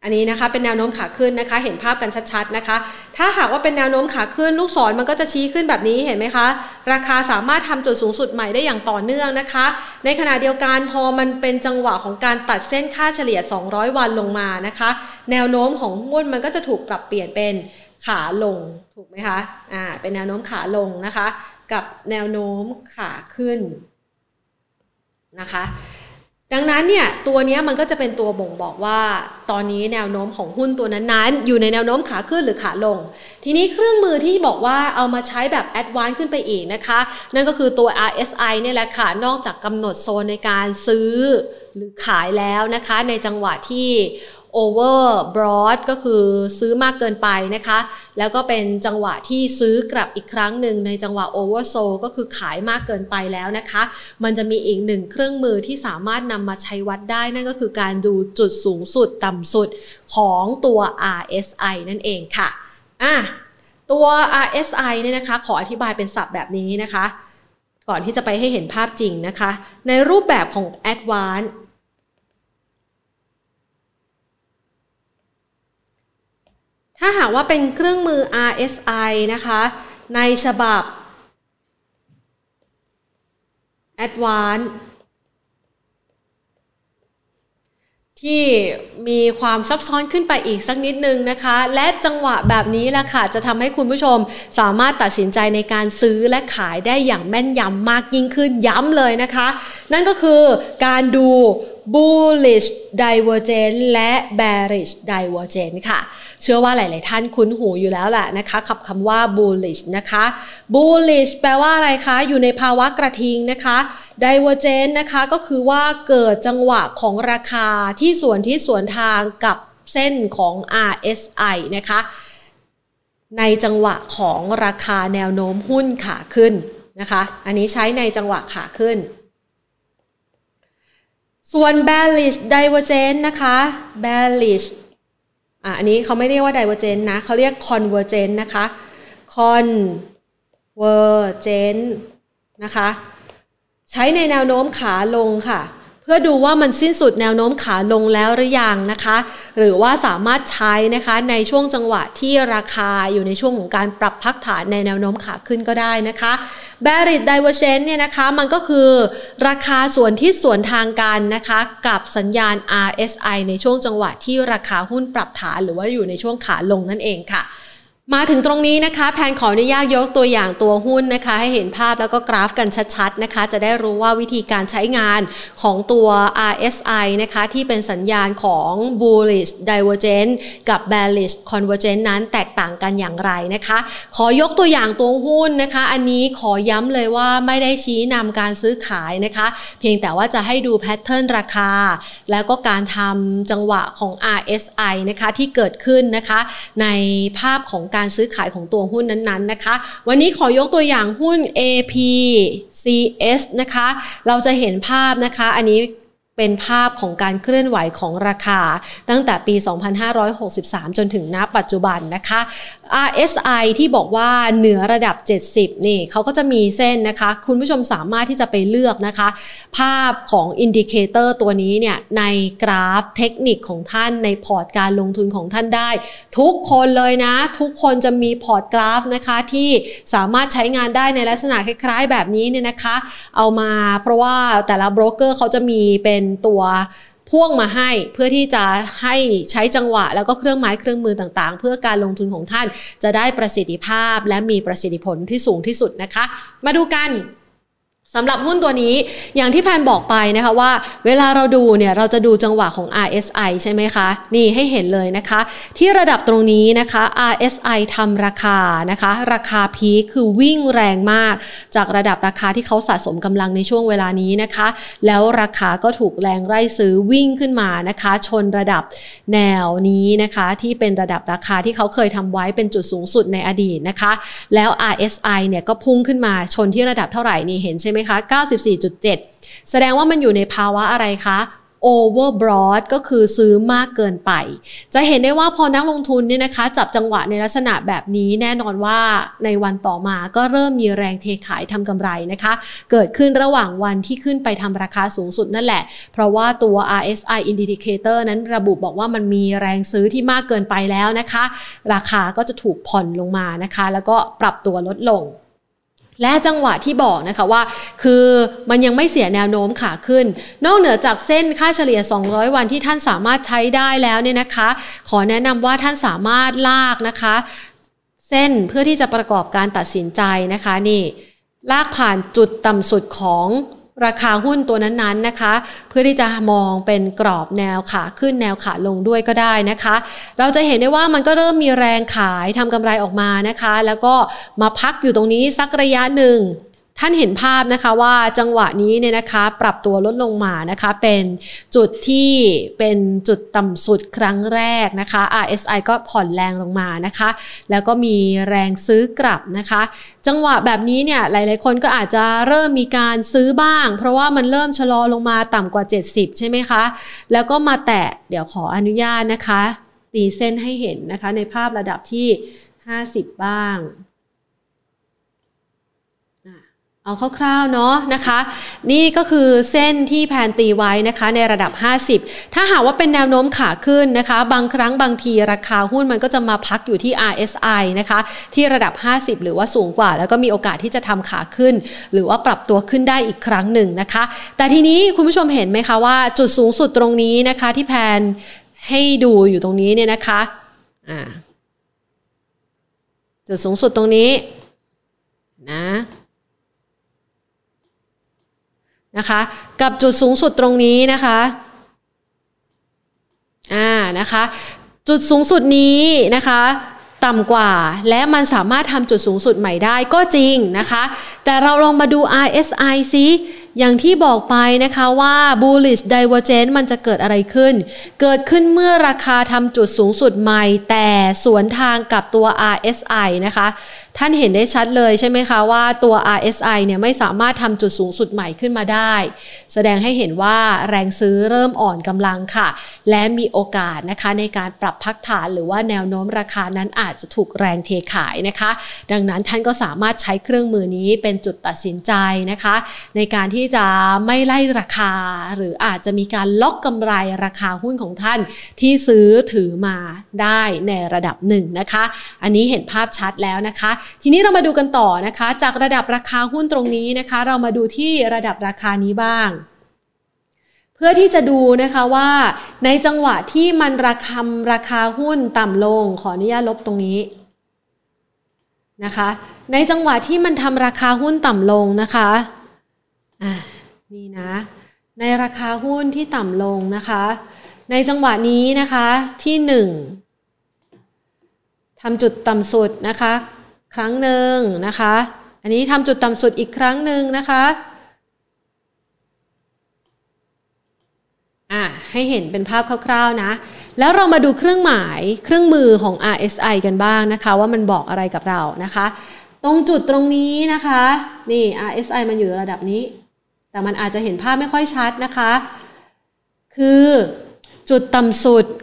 อันนี้นะคะเป็นแนวโน้มขาขึ้นนะคะเห็นภาพกันชัดๆนะคะถ้าหากว่าเป็นแนวโน้มขาขึ้นลูกศรมันก็จะชี้ขึ้นแบบนี้เห็นไหมคะราคาสามารถทำจุดสูงสุดใหม่ได้อย่างต่อเนื่องนะคะในขณะเดียวกันพอมันเป็นจังหวะของการตัดเส้นค่าเฉลี่ยสองร้อยวันลงมานะคะแนวโน้มของหุ้นมันก็จะถูกปรับเปลี่ยนเป็นขาลงถูกไหมคะอ่าเป็นแนวโน้มขาลงนะคะกับแนวโน้มขาขึ้นนะคะดังนั้นเนี่ยตัวนี้มันก็จะเป็นตัวบ่งบอกว่าตอนนี้แนวโน้มของหุ้นตัวนั้นๆอยู่ในแนวโน้มขาขึ้นหรือขาลงทีนี้เครื่องมือที่บอกว่าเอามาใช้แบบแอดวานซ์ขึ้นไปอีกนะคะนั่นก็คือตัว อาร์ เอส ไอ เนี่ยแหละค่ะนอกจากกำหนดโซนในการซื้อหรือขายแล้วนะคะในจังหวะที่over broad ก็คือซื้อมากเกินไปนะคะแล้วก็เป็นจังหวะที่ซื้อกลับอีกครั้งหนึ่งในจังหวะ oversold ก็คือขายมากเกินไปแล้วนะคะมันจะมีอีกหนึ่งเครื่องมือที่สามารถนำมาใช้วัดได้นั่นก็คือการดูจุดสูงสุดต่ำสุดของตัว อาร์ เอส ไอ นั่นเองค่ะอ่ะตัว อาร์ เอส ไอ เนี่ยนะคะขออธิบายเป็นศัพท์แบบนี้นะคะก่อนที่จะไปให้เห็นภาพจริงนะคะในรูปแบบของ advancedถ้าหากว่าเป็นเครื่องมือ อาร์ เอส ไอ นะคะในฉบับ Advanced ที่มีความซับซ้อนขึ้นไปอีกสักนิดนึงนะคะและจังหวะแบบนี้แหละค่ะจะทำให้คุณผู้ชมสามารถตัดสินใจในการซื้อและขายได้อย่างแม่นยำมากยิ่งขึ้นย้ำเลยนะคะนั่นก็คือการดู bullish divergence และ bearish divergence ค่ะเชื่อว่าหลายๆท่านคุ้นหูอยู่แล้วแหละนะคะกับคำว่า bullish นะคะ bullish แปลว่าอะไรคะอยู่ในภาวะกระทิงนะคะ divergence นะคะก็คือว่าเกิดจังหวะของราคาที่ส่วนที่สวนทางกับเส้นของ อาร์ เอส ไอ นะคะในจังหวะของราคาแนวโน้มหุ้นขาขึ้นนะคะอันนี้ใช้ในจังหวะขาขึ้นส่วน bearish divergence นะคะ bearish อ่ะอันนี้เขาไม่เรียกว่า divergence นะเขาเรียก convergence นะคะ convergence นะคะใช้ในแนวโน้มขาลงค่ะเพื่อดูว่ามันสิ้นสุดแนวโน้มขาลงแล้วหรือยังนะคะหรือว่าสามารถใช้นะคะในช่วงจังหวะที่ราคาอยู่ในช่วงของการปรับพักฐานในแนวโน้มขาขึ้นก็ได้นะคะ bearish divergence เนี่ยนะคะมันก็คือราคาส่วนที่สวนทางกันนะคะกับสัญญาณ อาร์ เอส ไอ ในช่วงจังหวะที่ราคาหุ้นปรับฐานหรือว่าอยู่ในช่วงขาลงนั่นเองค่ะมาถึงตรงนี้นะคะแพนขออนุญาตยกตัวอย่างตัวหุ้นนะคะให้เห็นภาพแล้วก็กราฟกันชัดๆนะคะจะได้รู้ว่าวิธีการใช้งานของตัว อาร์ เอส ไอ นะคะที่เป็นสัญญาณของ bullish divergence กับ bearish convergence นั้นแตกต่างกันอย่างไรนะคะขอยกตัวอย่างตัวหุ้นนะคะอันนี้ขอย้ำเลยว่าไม่ได้ชี้นำการซื้อขายนะคะเพียงแต่ว่าจะให้ดูแพทเทิร์นราคาแล้วก็การทำจังหวะของ อาร์ เอส ไอ นะคะที่เกิดขึ้นนะคะในภาพของการซื้อขายของตัวหุ้นนั้นๆนะคะวันนี้ขอยกตัวอย่างหุ้น เอ พี ซี เอส นะคะเราจะเห็นภาพนะคะอันนี้เป็นภาพของการเคลื่อนไหวของราคาตั้งแต่ปีสองพันห้าร้อยหกสิบสามจนถึงณปัจจุบันนะคะ อาร์ เอส ไอ ที่บอกว่าเหนือระดับเจ็ดสิบนี่เขาก็จะมีเส้นนะคะคุณผู้ชมสามารถที่จะไปเลือกนะคะภาพของอินดิเคเตอร์ตัวนี้เนี่ยในกราฟเทคนิคของท่านในพอร์ตการลงทุนของท่านได้ทุกคนเลยนะทุกคนจะมีพอร์ตกราฟนะคะที่สามารถใช้งานได้ในลักษณะคล้ายๆแบบนี้เนี่ยนะคะเอามาเพราะว่าแต่ละโบรกเกอร์เขาจะมีเป็นตัวพ่วงมาให้เพื่อที่จะให้ใช้จังหวะแล้วก็เครื่องไม้เครื่องมือต่างๆเพื่อการลงทุนของท่านจะได้ประสิทธิภาพและมีประสิทธิผลที่สูงที่สุดนะคะมาดูกันสำหรับหุ้นตัวนี้อย่างที่แพนบอกไปนะคะว่าเวลาเราดูเนี่ยเราจะดูจังหวะของ อาร์ เอส ไอ ใช่ไหมคะนี่ให้เห็นเลยนะคะที่ระดับตรงนี้นะคะ อาร์ เอส ไอ ทำราคานะคะราคาพีคคือวิ่งแรงมากจากระดับราคาที่เขาสะสมกำลังในช่วงเวลานี้นะคะแล้วราคาก็ถูกแรงไล่ซื้อวิ่งขึ้นมานะคะชนระดับแนวนี้นะคะที่เป็นระดับราคาที่เขาเคยทำไว้เป็นจุดสูงสุดในอดีตนะคะแล้ว อาร์ เอส ไอ เนี่ยก็พุ่งขึ้นมาชนที่ระดับเท่าไหร่นี่เห็นใช่ไหมคะ เก้าสิบสี่จุดเจ็ด แสดงว่ามันอยู่ในภาวะอะไรคะ overbought ก็คือซื้อมากเกินไปจะเห็นได้ว่าพอนักลงทุนเนี่ยนะคะจับจังหวะในลักษณะแบบนี้แน่นอนว่าในวันต่อมาก็เริ่มมีแรงเทขายทำกำไรนะคะเกิดขึ้นระหว่างวันที่ขึ้นไปทำราคาสูงสุดนั่นแหละเพราะว่าตัว อาร์ เอส ไอ Indicator นั้นระบุบอกว่ามันมีแรงซื้อที่มากเกินไปแล้วนะคะราคาก็จะถูกผ่อนลงมานะคะแล้วก็ปรับตัวลดลงและจังหวะที่บอกนะคะว่าคือมันยังไม่เสียแนวโน้มขาขึ้นนอกเหนือจากเส้นค่าเฉลี่ยสองร้อยวันที่ท่านสามารถใช้ได้แล้วเนี่ยนะคะขอแนะนำว่าท่านสามารถลากนะคะเส้นเพื่อที่จะประกอบการตัดสินใจนะคะนี่ลากผ่านจุดต่ำสุดของราคาหุ้นตัวนั้นๆนะคะเพื่อที่จะมองเป็นกรอบแนวขาขึ้นแนวขาลงด้วยก็ได้นะคะเราจะเห็นได้ว่ามันก็เริ่มมีแรงขายทำกำไรออกมานะคะแล้วก็มาพักอยู่ตรงนี้สักระยะหนึ่งท่านเห็นภาพนะคะว่าจังหวะนี้เนี่ยนะคะปรับตัวลดลงมานะคะเป็นจุดที่เป็นจุดต่ำสุดครั้งแรกนะคะ อาร์ เอส ไอ ก็ผ่อนแรงลงมานะคะแล้วก็มีแรงซื้อกลับนะคะจังหวะแบบนี้เนี่ยหลายๆคนก็อาจจะเริ่มมีการซื้อบ้างเพราะว่ามันเริ่มชะลอลงมาต่ำกว่าเจ็ดสิบใช่ไหมคะแล้วก็มาแตะเดี๋ยวขออนุญาตนะคะตีเส้นให้เห็นนะคะในภาพระดับที่ห้าสิบบ้างเอาคร่าวๆเนาะนะคะนี่ก็คือเส้นที่แพนตีไว้นะคะในระดับห้าสิบถ้าหากว่าเป็นแนวโน้มขาขึ้นนะคะบางครั้งบางทีราคาหุ้นมันก็จะมาพักอยู่ที่ อาร์ เอส ไอ นะคะที่ระดับห้าสิบหรือว่าสูงกว่าแล้วก็มีโอกาสที่จะทำขาขึ้นหรือว่าปรับตัวขึ้นได้อีกครั้งหนึ่งนะคะแต่ทีนี้คุณผู้ชมเห็นไหมคะว่าจุดสูงสุดตรงนี้นะคะที่แพนให้ดูอยู่ตรงนี้เนี่ยนะคะอ่าจุดสูงสุดตรงนี้นะนะคะกับจุดสูงสุดตรงนี้นะคะอ่านะคะจุดสูงสุดนี้นะคะต่ำกว่าและมันสามารถทำจุดสูงสุดใหม่ได้ก็จริงนะคะแต่เราลองมาดู อาร์ เอส ไอ ซิอย่างที่บอกไปนะคะว่า bullish divergence มันจะเกิดอะไรขึ้นเกิดขึ้นเมื่อราคาทำจุดสูงสุดใหม่แต่สวนทางกับตัว อาร์ เอส ไอ นะคะท่านเห็นได้ชัดเลยใช่ไหมคะว่าตัว อาร์ เอส ไอ เนี่ยไม่สามารถทำจุดสูงสุดใหม่ขึ้นมาได้แสดงให้เห็นว่าแรงซื้อเริ่มอ่อนกำลังค่ะและมีโอกาสนะคะในการปรับพักฐานหรือว่าแนวโน้มราคานั้นอาจจะถูกแรงเทขายนะคะดังนั้นท่านก็สามารถใช้เครื่องมือนี้เป็นจุดตัดสินใจนะคะในการที่จะไม่ไล่ราคาหรืออาจจะมีการล็อกกำไรราคาหุ้นของท่านที่ซื้อถือมาได้ในระดับหนึ่งนะคะอันนี้เห็นภาพชัดแล้วนะคะทีนี้เรามาดูกันต่อนะคะจากระดับราคาหุ้นตรงนี้นะคะเรามาดูที่ระดับราคานี้บ้างเพื่อที่จะดูนะคะว่าในจังหวะที่มันราคาราคาหุ้นต่ำลงขออนุญาตลบตรงนี้นะคะในจังหวะที่มันทำราคาหุ้นต่ำลงนะคะอ่านี่นะในราคาหุ้นที่ต่ำลงนะคะในจังหวะนี้นะคะที่หนึ่งทำจุดต่ำสุดนะคะครั้งหนึ่งนะคะอันนี้ทำจุดต่ำสุดอีกครั้งหนึ่งนะคะอ่ะให้เห็นเป็นภาพคร่าวๆนะแล้วเรามาดูเครื่องหมายเครื่องมือของ อาร์ เอส ไอ กันบ้างนะคะว่ามันบอกอะไรกับเรานะคะตรงจุดตรงนี้นะคะนี่ อาร์ เอส ไอ มันอยู่ระดับนี้แต่มันอาจจะเห็นภาพไม่ค่อยชัดนะคะคือจุดต่ำสุด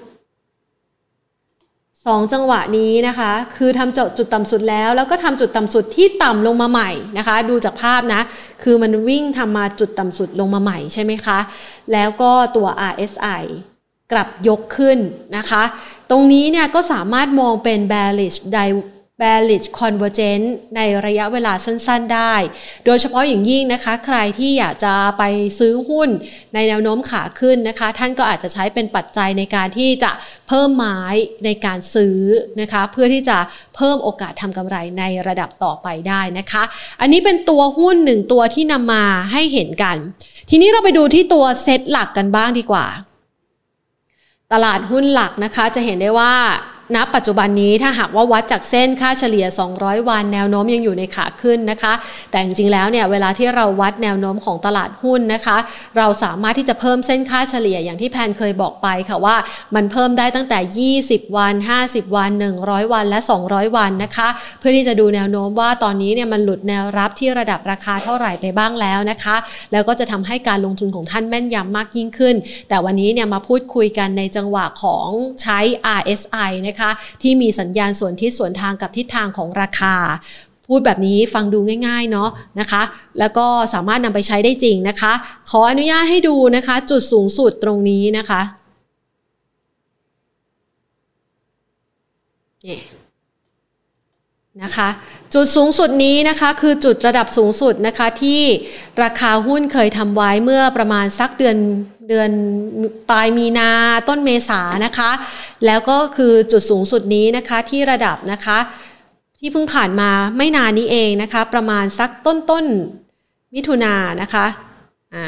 สองจังหวะนี้นะคะคือทำจุดต่ำสุดแล้วแล้วก็ทำจุดต่ำสุดที่ต่ำลงมาใหม่นะคะดูจากภาพนะคือมันวิ่งทำมาจุดต่ำสุดลงมาใหม่ใช่ไหมคะแล้วก็ตัว อาร์ เอส ไอ กลับยกขึ้นนะคะตรงนี้เนี่ยก็สามารถมองเป็น bearish bearish convergence ในระยะเวลาสั้นๆได้โดยเฉพาะอย่างยิ่งนะคะใครที่อยากจะไปซื้อหุ้นในแนวโน้มขาขึ้นนะคะท่านก็อาจจะใช้เป็นปัจจัยในการที่จะเพิ่มไม้ในการซื้อนะคะเพื่อที่จะเพิ่มโอกาสทำกำไรในระดับต่อไปได้นะคะอันนี้เป็นตัวหุ้นหนึ่งตัวที่นำมาให้เห็นกันทีนี้เราไปดูที่ตัวเซตหลักกันบ้างดีกว่าตลาดหุ้นหลักนะคะจะเห็นได้ว่าณปัจจุบันนี้ถ้าหากว่าวัดจากเส้นค่าเฉลี่ยสองร้อยวันแนวโน้มยังอยู่ในขาขึ้นนะคะแต่จริงๆแล้วเนี่ยเวลาที่เราวัดแนวโน้มของตลาดหุ้นนะคะเราสามารถที่จะเพิ่มเส้นค่าเฉลี่ยอย่างที่แพนเคยบอกไปค่ะว่ามันเพิ่มได้ตั้งแต่ยี่สิบวันห้าสิบวันหนึ่งร้อยวันและสองร้อยวันนะคะเพื่อที่จะดูแนวโน้มว่าตอนนี้เนี่ยมันหลุดแนวรับที่ระดับราคาเท่าไหร่ไปบ้างแล้วนะคะแล้วก็จะทำให้การลงทุนของท่านแม่นยำมากยิ่งขึ้นแต่วันนี้เนี่ยมาพูดคุยกันในจังหวะของใช้ อาร์ เอส ไอ นะคะที่มีสัญญาณสวนทิศสวนทางกับทิศทางของราคาพูดแบบนี้ฟังดูง่ายๆเนาะนะคะแล้วก็สามารถนำไปใช้ได้จริงนะคะขออนุญาตให้ดูนะคะจุดสูงสุดตรงนี้นะคะนี่นะคะจุดสูงสุดนี้นะคะคือจุดระดับสูงสุดนะคะที่ราคาหุ้นเคยทำไว้เมื่อประมาณสักเดือนเดือนปลายมีนาต้นเมษานะคะแล้วก็คือจุดสูงสุดนี้นะคะที่ระดับนะคะที่เพิ่งผ่านมาไม่นานนี้เองนะคะประมาณสักต้นต้นมิถุนายนนะคะอ่า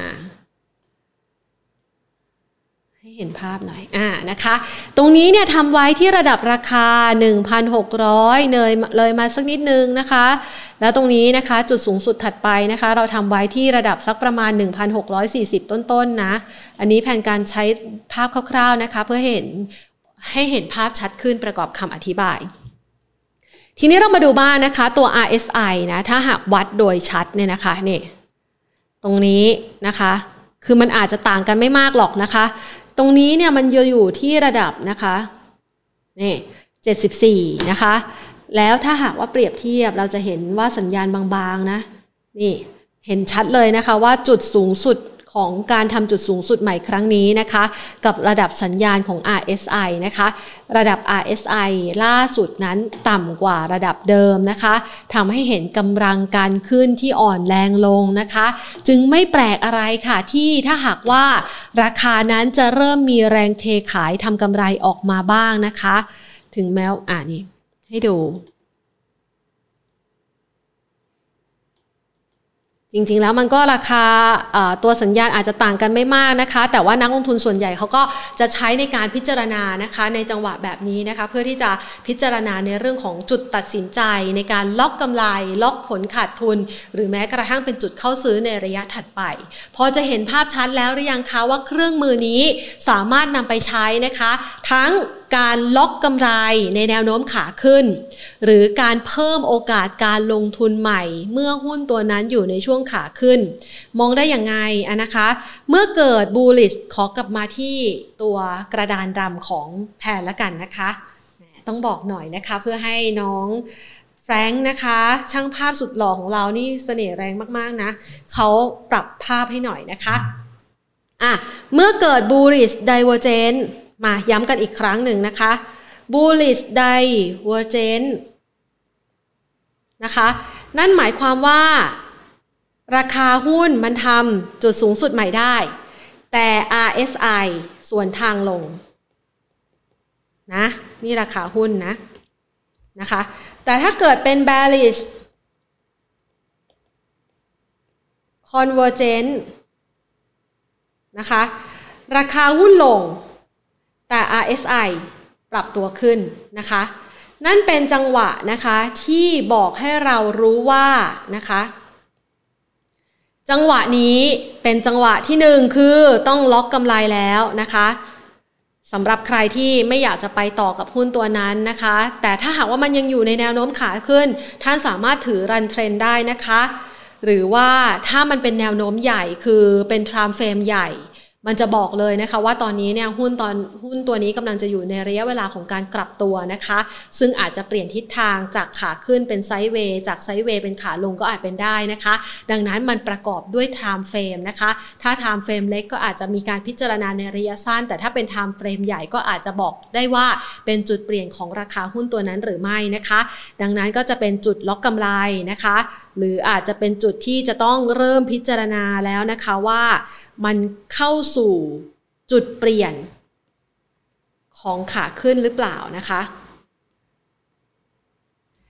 ให้เห็นภาพหน่อยอ่านะคะตรงนี้เนี่ยทำไว้ที่ระดับราคา หนึ่งพันหกร้อย เลยเลยมาสักนิดนึงนะคะแล้วตรงนี้นะคะจุดสูงสุดถัดไปนะคะเราทำไว้ที่ระดับสักประมาณ หนึ่งพันหกร้อยสี่สิบ ต้นๆ น, นะอันนี้แผนการใช้ภาพคร่าวๆนะคะเพื่อเห็นให้เห็นภาพชัดขึ้นประกอบคำอธิบายทีนี้เรามาดูบ้างนะคะตัว อาร์ เอส ไอ นะถ้าหากวัดโดยชัดเนี่ยนะคะนี่ตรงนี้นะคะคือมันอาจจะต่างกันไม่มากหรอกนะคะตรงนี้เนี่ยมันอยู่ที่ระดับนะคะนี่เจ็ดสิบสี่นะคะแล้วถ้าหากว่าเปรียบเทียบเราจะเห็นว่าสัญญาณบางๆนะนี่เห็นชัดเลยนะคะว่าจุดสูงสุดของการทำจุดสูงสุดใหม่ครั้งนี้นะคะกับระดับสัญญาณของ อาร์ เอส ไอ นะคะระดับ อาร์ เอส ไอ ล่าสุดนั้นต่ำกว่าระดับเดิมนะคะทำให้เห็นกำลังการขึ้นที่อ่อนแรงลงนะคะจึงไม่แปลกอะไรค่ะที่ถ้าหากว่าราคานั้นจะเริ่มมีแรงเทขายทำกำไรออกมาบ้างนะคะถึงแม้อ่านี่ให้ดูจริงๆแล้วมันก็ราคาตัวสัญญาณอาจจะต่างกันไม่มากนะคะแต่ว่านักลงทุนส่วนใหญ่เขาก็จะใช้ในการพิจารณานะคะในจังหวะแบบนี้นะคะเพื่อที่จะพิจารณาในเรื่องของจุดตัดสินใจในการล็อกกำไรล็อกผลขาดทุนหรือแม้กระทั่งเป็นจุดเข้าซื้อในระยะถัดไปพอจะเห็นภาพชัดแล้วหรือยังคะว่าเครื่องมือนี้สามารถนำไปใช้นะคะทั้งการล็อกกำไรในแนวโน้มขาขึ้นหรือการเพิ่มโอกาสการลงทุนใหม่เมื่อหุ้นตัวนั้นอยู่ในช่วงขาขึ้นมองได้อย่างไงอะนะคะเมื่อเกิด bullish ขอกลับมาที่ตัวกระดานดำของแพนละกันนะคะต้องบอกหน่อยนะคะเพื่อให้น้องแฟรงค์นะคะช่างภาพสุดหล่อของเรานี่เสน่ห์แรงมากๆนะเขาปรับภาพให้หน่อยนะคะอ่ะเมื่อเกิด bullish divergenceมาย้ำกันอีกครั้งหนึ่งนะคะ bullish divergence นะคะนั่นหมายความว่าราคาหุ้นมันทำจุดสูงสุดใหม่ได้แต่ อาร์ เอส ไอ ส่วนทางลงนะนี่ราคาหุ้นนะนะคะแต่ถ้าเกิดเป็น bearish convergence นะคะราคาหุ้นลงแต่ อาร์ เอส ไอ ปรับตัวขึ้นนะคะนั่นเป็นจังหวะนะคะที่บอกให้เรารู้ว่านะคะจังหวะนี้เป็นจังหวะที่หนึ่งคือต้องล็อกกำไรแล้วนะคะสำหรับใครที่ไม่อยากจะไปต่อกับหุ้นตัวนั้นนะคะแต่ถ้าหากว่ามันยังอยู่ในแนวโน้มขาขึ้นท่านสามารถถือรันเทรนได้นะคะหรือว่าถ้ามันเป็นแนวโน้มใหญ่คือเป็น time frame ใหญ่มันจะบอกเลยนะคะว่าตอนนี้เนี่ยหุ้นตอนหุ้นตัวนี้กำลังจะอยู่ในระยะเวลาของการกลับตัวนะคะซึ่งอาจจะเปลี่ยนทิศทางจากขาขึ้นเป็นไซด์เวย์จากไซด์เวย์เป็นขาลงก็อาจเป็นได้นะคะดังนั้นมันประกอบด้วย time frame นะคะถ้า time frame เล็กก็อาจจะมีการพิจารณาในระยะสั้นแต่ถ้าเป็น time frame ใหญ่ก็อาจจะบอกได้ว่าเป็นจุดเปลี่ยนของราคาหุ้นตัวนั้นหรือไม่นะคะดังนั้นก็จะเป็นจุดล็อกกำไรนะคะหรืออาจจะเป็นจุดที่จะต้องเริ่มพิจารณาแล้วนะคะว่ามันเข้าสู่จุดเปลี่ยนของขาขึ้นหรือเปล่านะคะ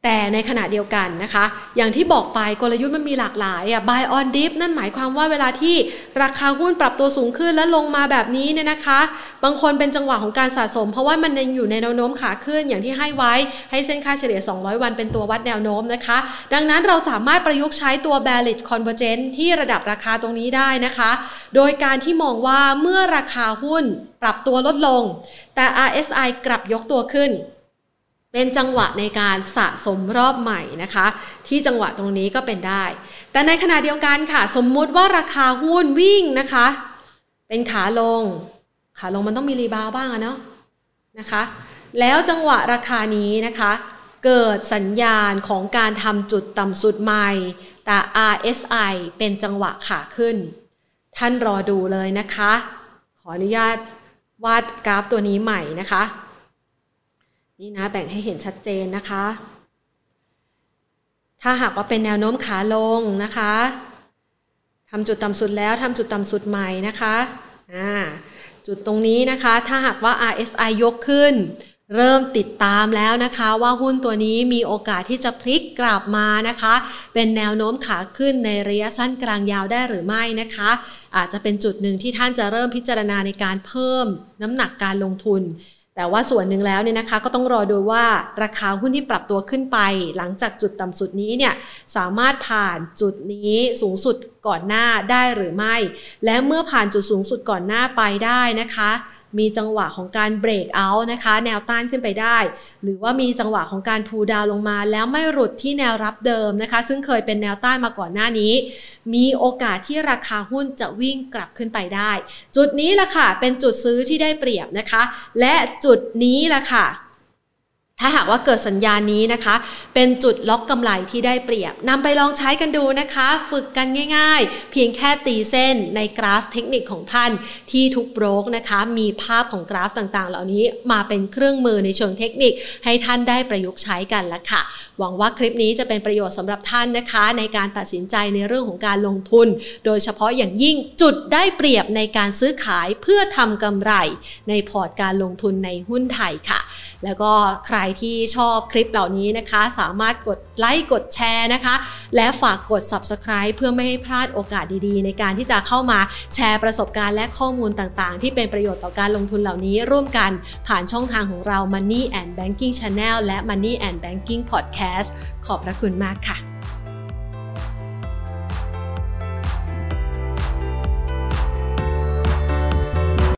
แต่ในขณะเดียวกันนะคะอย่างที่บอกไปกลยุทธ์มันมีหลากหลายอ่ะ buy on dip นั่นหมายความว่าเวลาที่ราคาหุ้นปรับตัวสูงขึ้นและลงมาแบบนี้เนี่ยนะคะบางคนเป็นจังหวะของการสะสมเพราะว่ามันยังอยู่ในแนวโน้มขาขึ้นอย่างที่ให้ไว้ให้เส้นค่าเฉลี่ยสองร้อยวันเป็นตัววัดแนวโน้มนะคะดังนั้นเราสามารถประยุกต์ใช้ตัว bearish convergence ที่ระดับราคาตรงนี้ได้นะคะโดยการที่มองว่าเมื่อราคาหุ้นปรับตัวลดลงแต่ อาร์ เอส ไอ กลับยกตัวขึ้นเป็นจังหวะในการสะสมรอบใหม่นะคะที่จังหวะตรงนี้ก็เป็นได้แต่ในขณะเดียวกันค่ะสมมุติว่าราคาหุ้นวิ่งนะคะเป็นขาลงขาลงมันต้องมีรีบาวบ้างอะเนาะนะคะแล้วจังหวะราคานี้นะคะเกิดสัญญาณของการทำจุดต่ำสุดใหม่แต่ อาร์ เอส ไอ เป็นจังหวะขาขึ้นท่านรอดูเลยนะคะขออนุญาตวาดกราฟตัวนี้ใหม่นะคะนี่นะแบ่งให้เห็นชัดเจนนะคะถ้าหากว่าเป็นแนวโน้มขาลงนะคะทำจุดต่ำสุดแล้วทำจุดต่ำสุดใหม่นะคะอ่าจุดตรงนี้นะคะถ้าหากว่า อาร์ เอส ไอ ยกขึ้นเริ่มติดตามแล้วนะคะว่าหุ้นตัวนี้มีโอกาสที่จะพลิกกลับมานะคะเป็นแนวโน้มขาขึ้นในระยะสั้นกลางยาวได้หรือไม่นะคะอาจจะเป็นจุดหนึ่งที่ท่านจะเริ่มพิจารณาในการเพิ่มน้ำหนักการลงทุนแต่ว่าส่วนหนึ่งแล้วเนี่ยนะคะก็ต้องรอดูว่าราคาหุ้นที่ปรับตัวขึ้นไปหลังจากจุดต่ำสุดนี้เนี่ยสามารถผ่านจุดนี้สูงสุดก่อนหน้าได้หรือไม่และเมื่อผ่านจุดสูงสุดก่อนหน้าไปได้นะคะมีจังหวะของการเบรกเอาท์นะคะแนวต้านขึ้นไปได้หรือว่ามีจังหวะของการพูลดาวน์ลงมาแล้วไม่หลุดที่แนวรับเดิมนะคะซึ่งเคยเป็นแนวต้านมาก่อนหน้านี้มีโอกาสที่ราคาหุ้นจะวิ่งกลับขึ้นไปได้จุดนี้แหละค่ะเป็นจุดซื้อที่ได้เปรียบนะคะและจุดนี้แหละค่ะถ้าหากว่าเกิดสัญญาณนี้นะคะเป็นจุดล็อกกำไรที่ได้เปรียบนำไปลองใช้กันดูนะคะฝึกกันง่ายๆเพียงแค่ตีเส้นในกราฟเทคนิคของท่านที่ทุกโบรกนะคะมีภาพของกราฟต่างๆเหล่านี้มาเป็นเครื่องมือในเชิงเทคนิคให้ท่านได้ประยุกต์ใช้กันละค่ะหวังว่าคลิปนี้จะเป็นประโยชน์สำหรับท่านนะคะในการตัดสินใจในเรื่องของการลงทุนโดยเฉพาะอย่างยิ่งจุดได้เปรียบในการซื้อขายเพื่อทำกำไรในพอร์ตการลงทุนในหุ้นไทยค่ะแล้วก็ใครที่ชอบคลิปเหล่านี้นะคะสามารถกดไลค์กดแชร์นะคะและฝากกด ซับสไครบ์ เพื่อไม่ให้พลาดโอกาสดีๆในการที่จะเข้ามาแชร์ประสบการณ์และข้อมูลต่างๆที่เป็นประโยชน์ต่อการลงทุนเหล่านี้ร่วมกันผ่านช่องทางของเรา Money and Banking Channel และ Money and Banking Podcast ขอบพระคุณมากค่ะ